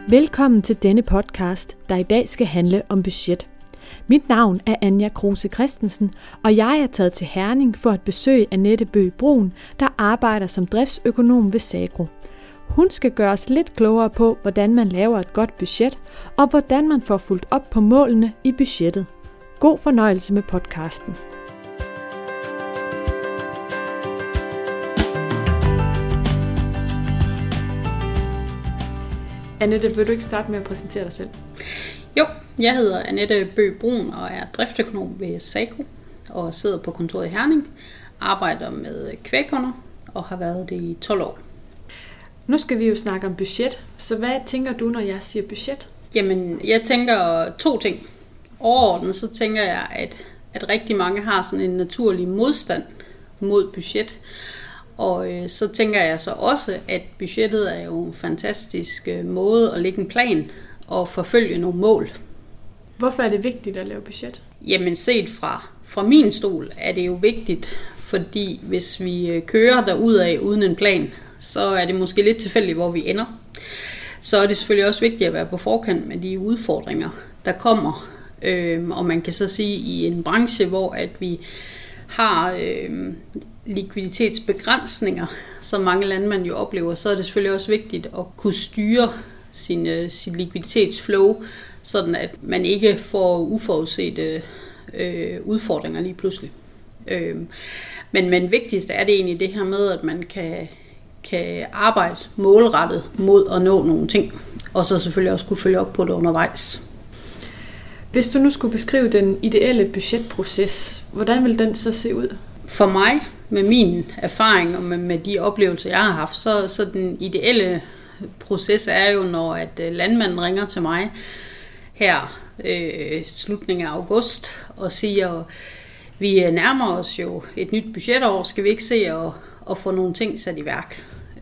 Velkommen til denne podcast, der i dag skal handle om budget. Mit navn er Anja Kruse Christensen, og jeg er taget til Herning for at besøge Annette Bøgh Bruun, der arbejder som driftsøkonom ved Sagro. Hun skal gøre os lidt klogere på, hvordan man laver et godt budget, og hvordan man får fulgt op på målene i budgettet. God fornøjelse med podcasten. Annette, vil du ikke starte med at præsentere dig selv? Jo, jeg hedder Annette Bøgh Bruun og er driftsøkonom ved Sagro og sidder på kontoret i Herning, arbejder med kvægkunder og har været det i 12 år. Nu skal vi jo snakke om budget, så hvad tænker du, når jeg siger budget? Jamen, jeg tænker to ting. Overordnet så tænker jeg, at rigtig mange har sådan en naturlig modstand mod budget. Og så tænker jeg så også, at budgettet er jo en fantastisk måde at lægge en plan og forfølge nogle mål. Hvorfor er det vigtigt at lave budget? Jamen set fra min stol er det jo vigtigt, fordi hvis vi kører derudad uden en plan, så er det måske lidt tilfældigt, hvor vi ender. Så er det selvfølgelig også vigtigt at være på forkant med de udfordringer, der kommer. Og man kan så sige, i en branche, hvor at vi har likviditetsbegrænsninger, som mange landmænd jo oplever, så er det selvfølgelig også vigtigt at kunne styre sit likviditetsflow, sådan at man ikke får uforudsete udfordringer lige pludselig. Men vigtigst er det egentlig det her med, at man kan arbejde målrettet mod at nå nogle ting, og så selvfølgelig også kunne følge op på det undervejs. Hvis du nu skulle beskrive den ideelle budgetproces, hvordan vil den så se ud? For mig, med min erfaring og med de oplevelser, jeg har haft, så den ideelle proces er jo, når at landmanden ringer til mig her slutningen af august og siger, vi nærmer os jo et nyt budgetår, skal vi ikke se at få nogle ting sat i værk.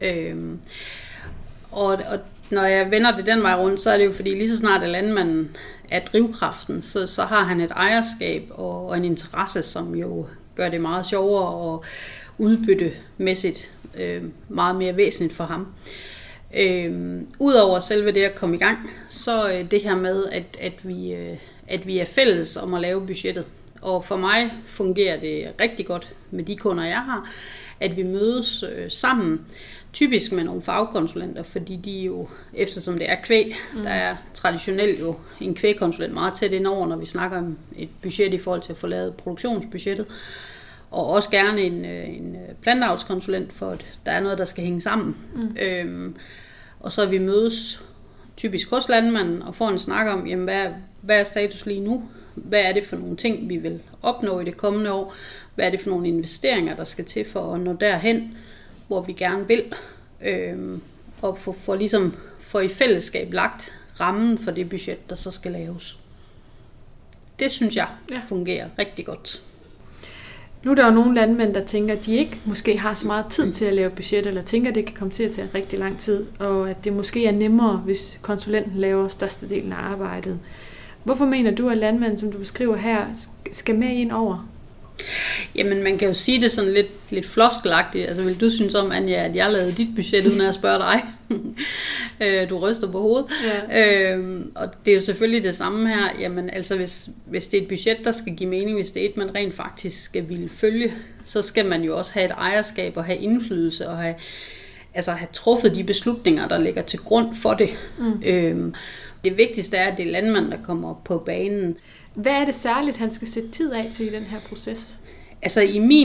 Og når jeg vender det den vej rundt, så er det jo fordi lige så snart at landmanden er drivkraften, så har han et ejerskab og en interesse, som jo gør det meget sjovere og udbyttemæssigt meget mere væsentligt for ham. Udover selve det at komme i gang, så det her med, at vi er fælles om at lave budgettet. Og for mig fungerer det rigtig godt med de kunder, jeg har, at vi mødes sammen, typisk med nogle fagkonsulenter, fordi de jo, eftersom det er kvæg, der er traditionelt jo en kvægkonsulent meget tæt indover, når vi snakker om et budget i forhold til at få lavet produktionsbudgettet, og også gerne en planteavlskonsulent, for at der er noget, der skal hænge sammen. Og så vi mødes typisk hos landmanden og får en snak om, jamen, hvad er status lige nu? Hvad er det for nogle ting, vi vil opnå i det kommende år? Hvad er det for nogle investeringer, der skal til for at nå derhen, hvor vi gerne vil? Og få i fællesskab lagt rammen for det budget, der så skal laves. Det synes jeg fungerer rigtig godt. Nu er der jo nogle landmænd, der tænker, at de ikke måske har så meget tid til at lave budget, eller tænker, at det kan komme til at tage rigtig lang tid, og at det måske er nemmere, hvis konsulenten laver størstedelen af arbejdet. Hvorfor mener du, at landmænd, som du beskriver her, skal med ind over? Jamen, man kan jo sige det sådan lidt floskelagtigt. Altså, vil du synes om, Anja, at jeg lavede dit budget, uden at jeg spørger dig? Du ryster på hovedet. Ja. Og det er jo selvfølgelig det samme her. Jamen, altså, hvis det er et budget, der skal give mening, hvis det er et, man rent faktisk skal ville følge, så skal man jo også have et ejerskab og have indflydelse og have truffet de beslutninger, der ligger til grund for det. Det vigtigste er, at det er landmanden, der kommer på banen. Hvad er det særligt, han skal sætte tid af til i den her proces? Altså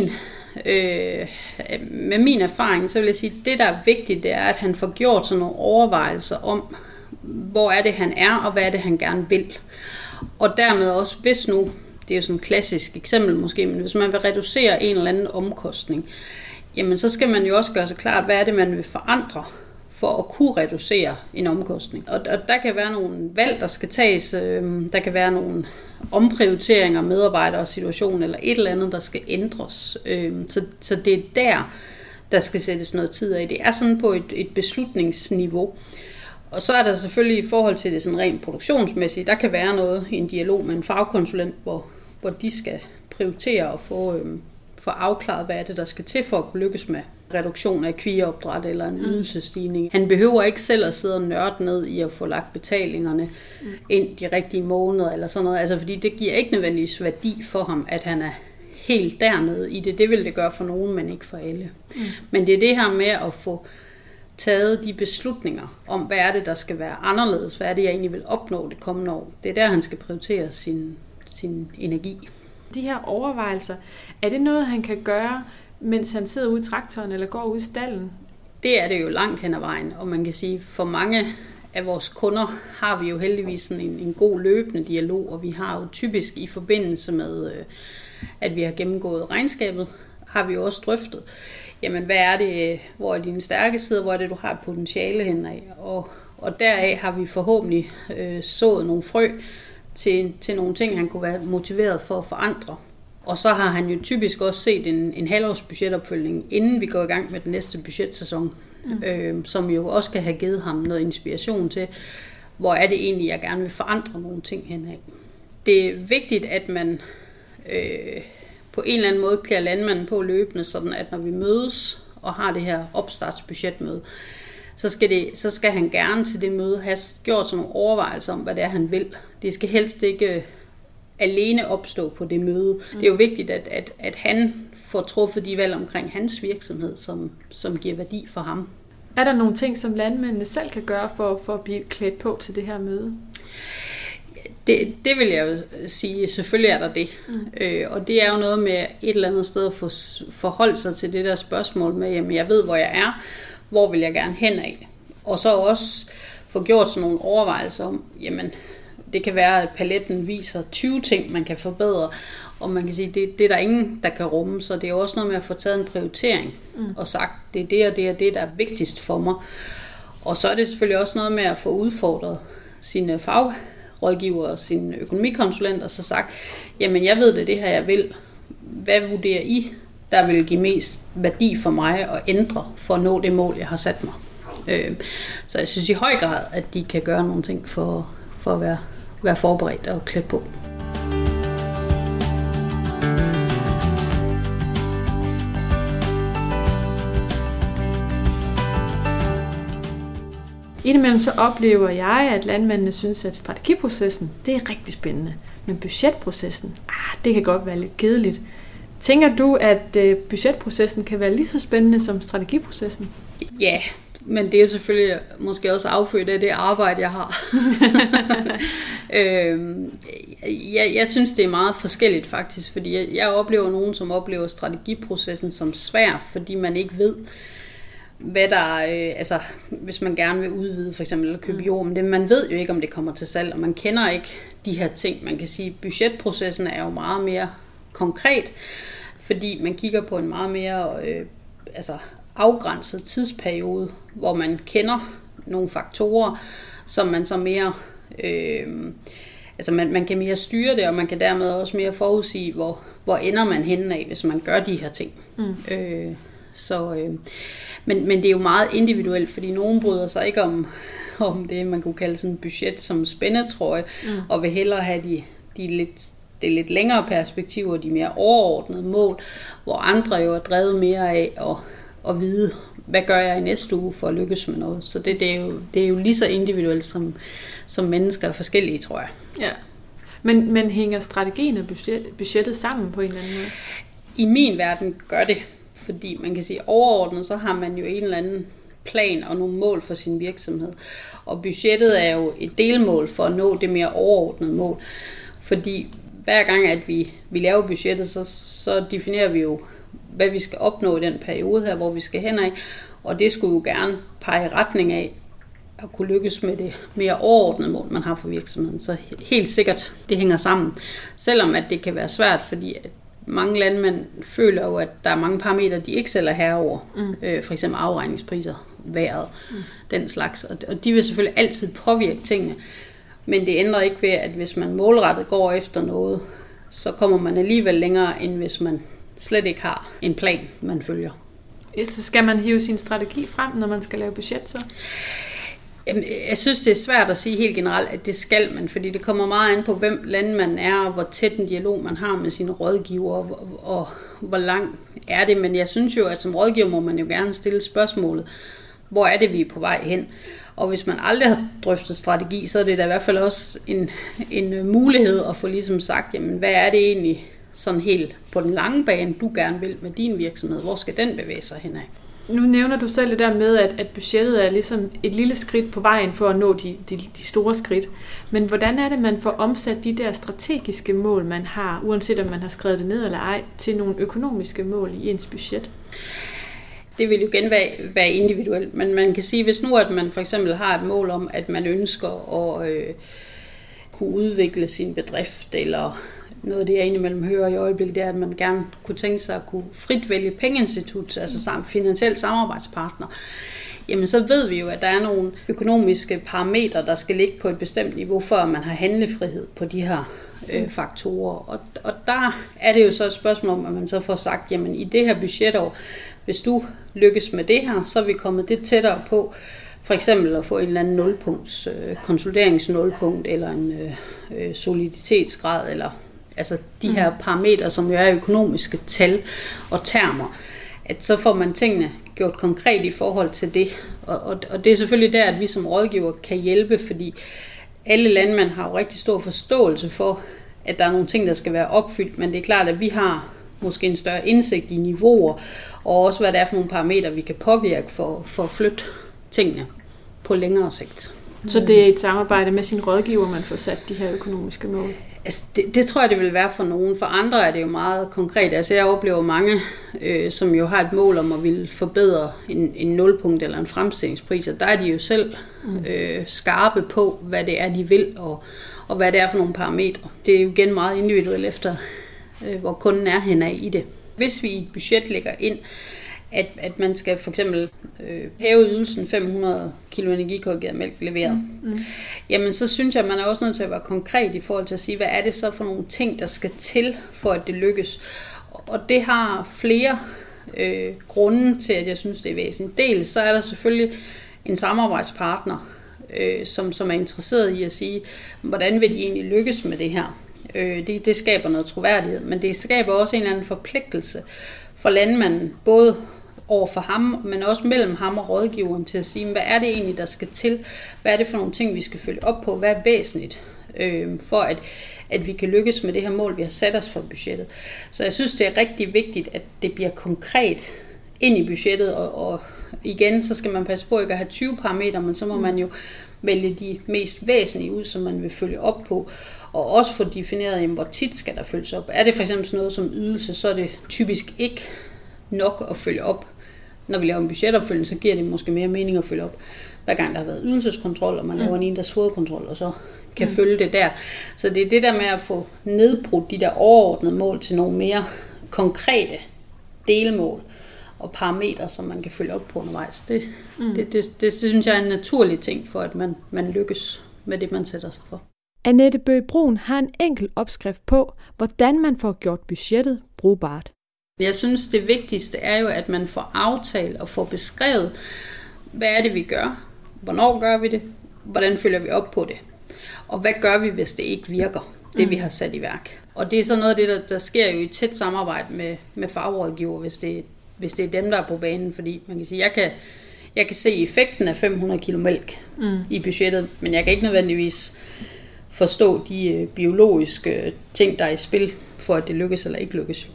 med min erfaring, så vil jeg sige, at det, der er vigtigt, det er, at han får gjort sådan nogle overvejelser om, hvor er det, han er, og hvad er det, han gerne vil. Og dermed også, hvis nu, det er jo sådan et klassisk eksempel måske, men hvis man vil reducere en eller anden omkostning, jamen så skal man jo også gøre sig klart, hvad er det, man vil forandre for at kunne reducere en omkostning. Og der kan være nogle valg, der skal tages, der kan være nogle omprioriteringer, medarbejdere og situation, eller et eller andet, der skal ændres. Så det er der skal sættes noget tid af. Det er sådan på et beslutningsniveau. Og så er der selvfølgelig i forhold til det sådan rent produktionsmæssigt, der kan være noget i en dialog med en fagkonsulent, hvor de skal prioritere og få afklaret, hvad er det, der skal til for at kunne lykkes med reduktion af kvægopdræt eller en ydelsesstigning. Han behøver ikke selv at sidde og nørde ned i at få lagt betalingerne ind de rigtige måneder eller sådan noget. Altså, fordi det giver ikke nødvendigvis værdi for ham, at han er helt dernede i det. Det vil det gøre for nogen, men ikke for alle. Men det er det her med at få taget de beslutninger om, hvad er det, der skal være anderledes, hvad er det, jeg egentlig vil opnå det kommende år. Det er der, han skal prioritere sin energi. De her overvejelser, er det noget, han kan gøre, mens han sidder ude i traktoren eller går ud i stallen? Det er det jo langt hen ad vejen, og man kan sige, for mange af vores kunder har vi jo heldigvis sådan en god løbende dialog, og vi har jo typisk i forbindelse med, at vi har gennemgået regnskabet, har vi jo også drøftet, jamen hvad er det, hvor er dine stærke sider, hvor er det, du har et potentiale henad, og deraf har vi forhåbentlig sået nogle frø til nogle ting, han kunne være motiveret for at forandre. Og så har han jo typisk også set en halvårs budgetopfølgning, inden vi går i gang med den næste budgetsæson, som jo også kan have givet ham noget inspiration til, hvor er det egentlig, jeg gerne vil forandre nogle ting henad. Det er vigtigt, at man på en eller anden måde klæder landmanden på løbende, sådan at når vi mødes og har det her opstartsbudgetmøde, så skal han gerne til det møde have gjort sådan nogle overvejelser om, hvad det er, han vil. Det skal helst ikke alene opstå på det møde. Det er jo vigtigt, at han får truffet de valg omkring hans virksomhed, som giver værdi for ham. Er der nogle ting, som landmændene selv kan gøre for at blive klædt på til det her møde? Det vil jeg jo sige, selvfølgelig er der det. Og det er jo noget med et eller andet sted at forholde sig til det der spørgsmål med, jamen jeg ved, hvor jeg er, hvor vil jeg gerne hen af. Og så også få gjort sådan nogle overvejelser om, jamen det kan være, at paletten viser 20 ting, man kan forbedre, og man kan sige, det er der ingen, der kan rumme, så det er også noget med at få taget en prioritering, og sagt, det er det og det og det, der er vigtigst for mig. Og så er det selvfølgelig også noget med at få udfordret sine fagrådgivere og sine økonomikonsulenter, og så sagt, jamen jeg ved det her, jeg vil. Hvad vurderer I, der vil give mest værdi for mig at ændre, for at nå det mål, jeg har sat mig? Så jeg synes i høj grad, at de kan gøre nogle ting for at være forberedt og klædt på. Indimellem så oplever jeg, at landmændene synes, at strategiprocessen, det er rigtig spændende. Men budgetprocessen, det kan godt være lidt kedeligt. Tænker du, at budgetprocessen kan være lige så spændende som strategiprocessen? Ja, men det er selvfølgelig måske også affødt af det arbejde, jeg har. Jeg synes, det er meget forskelligt faktisk, fordi jeg oplever nogen, som oplever strategiprocessen som svær, fordi man ikke ved, hvad der altså hvis man gerne vil udvide for eksempel eller købe jord, men man ved jo ikke, om det kommer til salg, og man kender ikke de her ting. Man kan sige, budgetprocessen er jo meget mere konkret, fordi man kigger på en meget mere afgrænset tidsperiode, hvor man kender nogle faktorer, som man så mere man kan mere styre det, og man kan dermed også mere forudsige, hvor ender man henne af, hvis man gør de her ting. Men det er jo meget individuelt, fordi nogen bryder sig ikke om det, man kunne kalde sådan et budget som spændetrøje, og vil hellere have det lidt længere perspektiv og de mere overordnede mål, hvor andre jo er drevet mere af at vide, hvad gør jeg i næste uge for at lykkes med noget. Så det er jo lige så individuelt, som mennesker er forskellige, tror jeg. Ja. Men hænger strategien og budgettet sammen på en eller anden måde? I min verden gør det. Fordi man kan sige, overordnet, så har man jo en eller anden plan og nogle mål for sin virksomhed. Og budgettet er jo et delmål for at nå det mere overordnede mål. Fordi hver gang, at vi laver budgettet, så definerer vi jo, hvad vi skal opnå i den periode her, hvor vi skal hen af. Og det skulle jo gerne pege i retning af at kunne lykkes med det mere overordnede mål, man har for virksomheden. Så helt sikkert, det hænger sammen. Selvom at det kan være svært, fordi at mange landmænd føler jo, at der er mange parametre, de ikke selv er herover. For eksempel afregningspriser, vejret, den slags. Og de vil selvfølgelig altid påvirke tingene. Men det ændrer ikke ved, at hvis man målrettet går efter noget, så kommer man alligevel længere, end hvis man slet ikke har en plan, man følger. Så skal man hive sin strategi frem, når man skal lave budget så? Jamen, jeg synes, det er svært at sige helt generelt, at det skal man, fordi det kommer meget an på, hvem landmanden er, og hvor tæt en dialog man har med sine rådgiver, og hvor lang er det. Men jeg synes jo, at som rådgiver må man jo gerne stille spørgsmålet, hvor er det, vi er på vej hen? Og hvis man aldrig har drøftet strategi, så er det da i hvert fald også en mulighed at få ligesom sagt, jamen, hvad er det egentlig sådan helt på den lange bane, du gerne vil med din virksomhed? Hvor skal den bevæge sig henad? Nu nævner du selv det der med, at budgettet er ligesom et lille skridt på vejen for at nå de store skridt. Men hvordan er det, man får omsat de der strategiske mål, man har, uanset om man har skrevet det ned eller ej, til nogle økonomiske mål i ens budget? Det vil jo igen være individuelt, men man kan sige, hvis nu at man for eksempel har et mål om, at man ønsker at kunne udvikle sin bedrift, eller noget af det, jeg indimellem hører i øjeblikket, det er, at man gerne kunne tænke sig at kunne frit vælge pengeinstitut, altså finansiel samarbejdspartner. Jamen så ved vi jo, at der er nogle økonomiske parametre, der skal ligge på et bestemt niveau, før man har handlefrihed på de her faktorer. Og der er det jo så et spørgsmål om, at man så får sagt, jamen i det her budgetår, hvis du lykkes med det her, så er vi kommet det tættere på, for eksempel at få en eller anden nulpunkts, konsolideringsnulpunkt, eller en soliditetsgrad, eller altså de her parametre, som jo er økonomiske tal og termer, at så får man tingene gjort konkret i forhold til det. Og det er selvfølgelig der, at vi som rådgiver kan hjælpe, fordi alle landmænd har jo rigtig stor forståelse for, at der er nogle ting, der skal være opfyldt, men det er klart, at vi har måske en større indsigt i niveauer, og også hvad det er for nogle parametre, vi kan påvirke for at flytte tingene på længere sigt. Så det er et samarbejde med sin rådgiver, man får sat de her økonomiske mål? Altså, det tror jeg, det vil være for nogen. For andre er det jo meget konkret. Altså, jeg oplever mange, som jo har et mål om at ville forbedre en nulpunkt eller en fremstillingspris, og der er de jo selv skarpe på, hvad det er, de vil, og hvad det er for nogle parametre. Det er jo igen meget individuelt efter, hvor kunden er henad i det. Hvis vi i et budget lægger ind, at man skal for eksempel hæve ydelsen 500 kilo energikorrigeret mælk leveret, jamen så synes jeg, at man er også nødt til at være konkret i forhold til at sige, hvad er det så for nogle ting, der skal til, for at det lykkes. Og det har flere grunde til, at jeg synes, det er væsentligt. Dels så er der selvfølgelig en samarbejdspartner, som er interesseret i at sige, hvordan vil de egentlig lykkes med det her. Det skaber noget troværdighed, men det skaber også en eller anden forpligtelse for landmanden, både over for ham, men også mellem ham og rådgiveren, til at sige, hvad er det egentlig, der skal til? Hvad er det for nogle ting, vi skal følge op på? Hvad er væsentligt for, at vi kan lykkes med det her mål, vi har sat os for budgettet? Så jeg synes, det er rigtig vigtigt, at det bliver konkret ind i budgettet, og igen, så skal man passe på ikke at have 20 parametre, men så må man jo vælge de mest væsentlige ud, som man vil følge op på, og også få defineret, hvor tit skal der følges op. Er det for eksempel sådan noget som ydelse, så er det typisk ikke nok at følge op. Når vi laver en budgetopfølgning, så giver det måske mere mening at følge op, hver gang der har været ydelseskontrol, og man laver en indendørs foderkontrol, og så kan følge det der. Så det er det der med at få nedbrudt de der overordnede mål til nogle mere konkrete delmål og parametre, som man kan følge op på undervejs. Det synes jeg er en naturlig ting for, at man lykkes med det, man sætter sig for. Annette Bøgh Bruun har en enkel opskrift på, hvordan man får gjort budgettet brugbart. Jeg synes, det vigtigste er jo, at man får aftalt og får beskrevet, hvad er det, vi gør, hvornår gør vi det, hvordan følger vi op på det, og hvad gør vi, hvis det ikke virker, det vi har sat i værk. Og det er så noget af det, der sker jo i tæt samarbejde med fagrådgiver, hvis det er dem, der er på banen, fordi man kan sige, jeg kan se effekten af 500 kilo mælk i budgettet, men jeg kan ikke nødvendigvis forstå de biologiske ting, der er i spil, for at det lykkes eller ikke lykkes.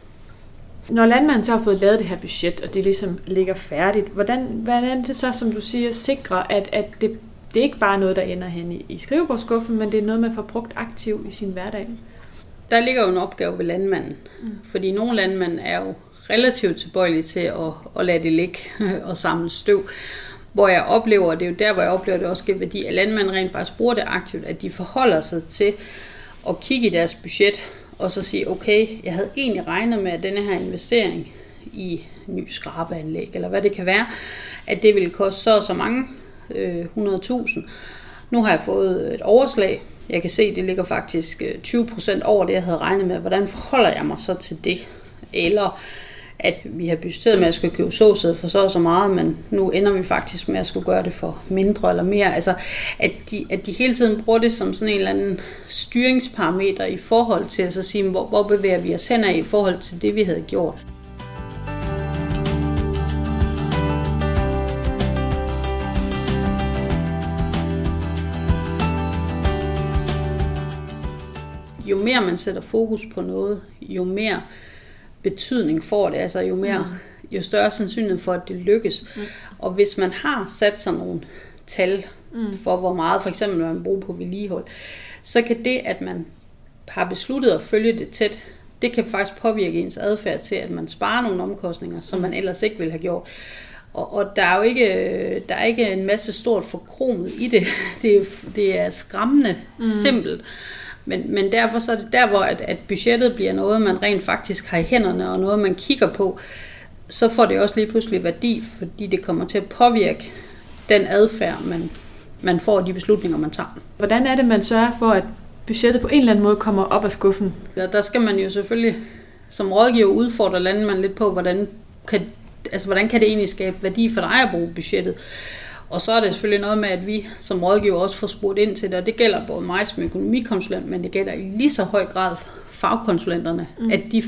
Når landmanden så har fået lavet det her budget, og det ligesom ligger færdigt, hvordan er det så, som du siger, sikrer, at det er ikke bare noget, der ender hen i skrivebordskuffen, men det er noget, man får brugt aktivt i sin hverdag? Der ligger jo en opgave ved landmanden, fordi nogle landmænd er jo relativt tilbøjelige til at lade det ligge og samle støv. Hvor jeg oplever, det er jo der, hvor jeg oplever det også giver værdi, at landmanden rent faktisk bruger det aktivt, at de forholder sig til at kigge i deres budget, og så sige, okay, jeg havde egentlig regnet med, at denne her investering i ny skrabeanlæg, eller hvad det kan være, at det ville koste så mange 100.000. Nu har jeg fået et overslag. Jeg kan se, at det ligger faktisk 20% over det, jeg havde regnet med. Hvordan forholder jeg mig så til det? Eller at vi har budgetteret med at skulle købe såsæd for så og så meget, men nu ender vi faktisk med at skulle gøre det for mindre eller mere. Altså, at de hele tiden bruger det som sådan en eller anden styringsparameter i forhold til at så sige, hvor bevæger vi os hen af i forhold til det, vi havde gjort. Jo mere man sætter fokus på noget, jo mere betydning får det, altså jo større sandsynlighed for, at det lykkes. Og hvis man har sat sådan nogle tal for, hvor meget for eksempel man bruger på vedligehold, så kan det, at man har besluttet at følge det tæt, det kan faktisk påvirke ens adfærd til, at man sparer nogle omkostninger, som man ellers ikke ville have gjort. Og der er jo ikke en masse stort forkromet i det. Det er skræmmende simpelt. Men derfor så er det der, hvor at budgettet bliver noget, man rent faktisk har i hænderne, og noget, man kigger på, så får det også lige pludselig værdi, fordi det kommer til at påvirke den adfærd, man får, de beslutninger, man tager. Hvordan er det, man sørger for, at budgettet på en eller anden måde kommer op af skuffen? Der skal man jo selvfølgelig som rådgiver udfordre landmanden lidt på, hvordan kan det egentlig skabe værdi for dig at bruge budgettet. Og så er det selvfølgelig noget med, at vi som rådgiver også får spurgt ind til det, og det gælder både mig som økonomikonsulent, men det gælder i lige så høj grad fagkonsulenterne, at de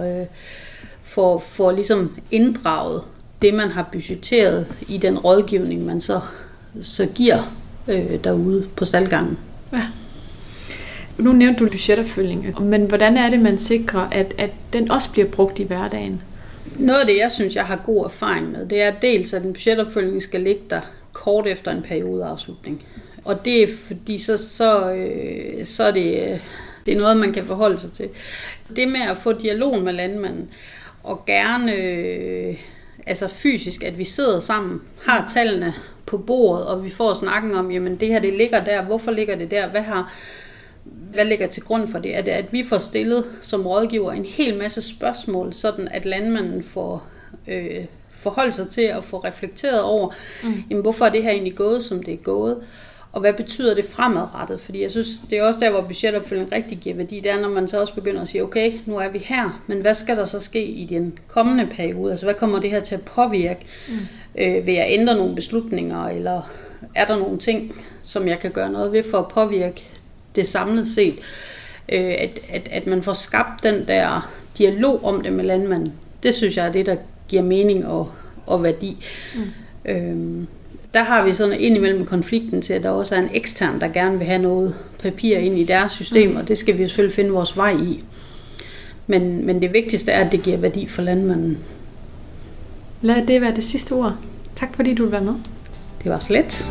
får ligesom inddraget det, man har budgetteret i den rådgivning, man så giver derude på staldgangen. Ja. Nu nævnte du budgetopfølgning, men hvordan er det, man sikrer, at den også bliver brugt i hverdagen? Noget af det, jeg synes, jeg har god erfaring med, det er dels, at en budgetopfølgning skal ligge der kort efter en periodeafslutning. Og det er fordi, så er det er noget, man kan forholde sig til. Det med at få dialog med landmanden, og gerne fysisk, at vi sidder sammen, har tallene på bordet, og vi får snakken om, jamen det her, det ligger der, hvorfor ligger det der, hvad ligger til grund for det? Er det, at vi får stillet som rådgiver en hel masse spørgsmål, sådan at landmanden får forholdt sig til at få reflekteret over, jamen, hvorfor er det her egentlig gået, som det er gået, og hvad betyder det fremadrettet? Fordi jeg synes, det er også der, hvor budgetopfølgning rigtig giver værdi, det er, når man så også begynder at sige, okay, nu er vi her, men hvad skal der så ske i den kommende periode? Altså, hvad kommer det her til at påvirke? Vil jeg ændre nogle beslutninger, eller er der nogle ting, som jeg kan gøre noget ved for at påvirke det samlet set? At man får skabt den der dialog om det med landmanden, det synes jeg er det, der giver mening og værdi. Der har vi sådan indimellem konflikten til, at der også er en ekstern, der gerne vil have noget papir ind i deres system, og det skal vi selvfølgelig finde vores vej i. Men det vigtigste er, at det giver værdi for landmanden. Lad det være det sidste ord. Tak fordi du var med. Det var slet.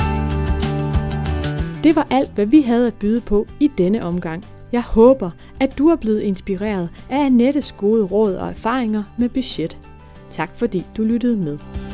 Det var alt, hvad vi havde at byde på i denne omgang. Jeg håber, at du er blevet inspireret af Annettes gode råd og erfaringer med budget. Tak fordi du lyttede med.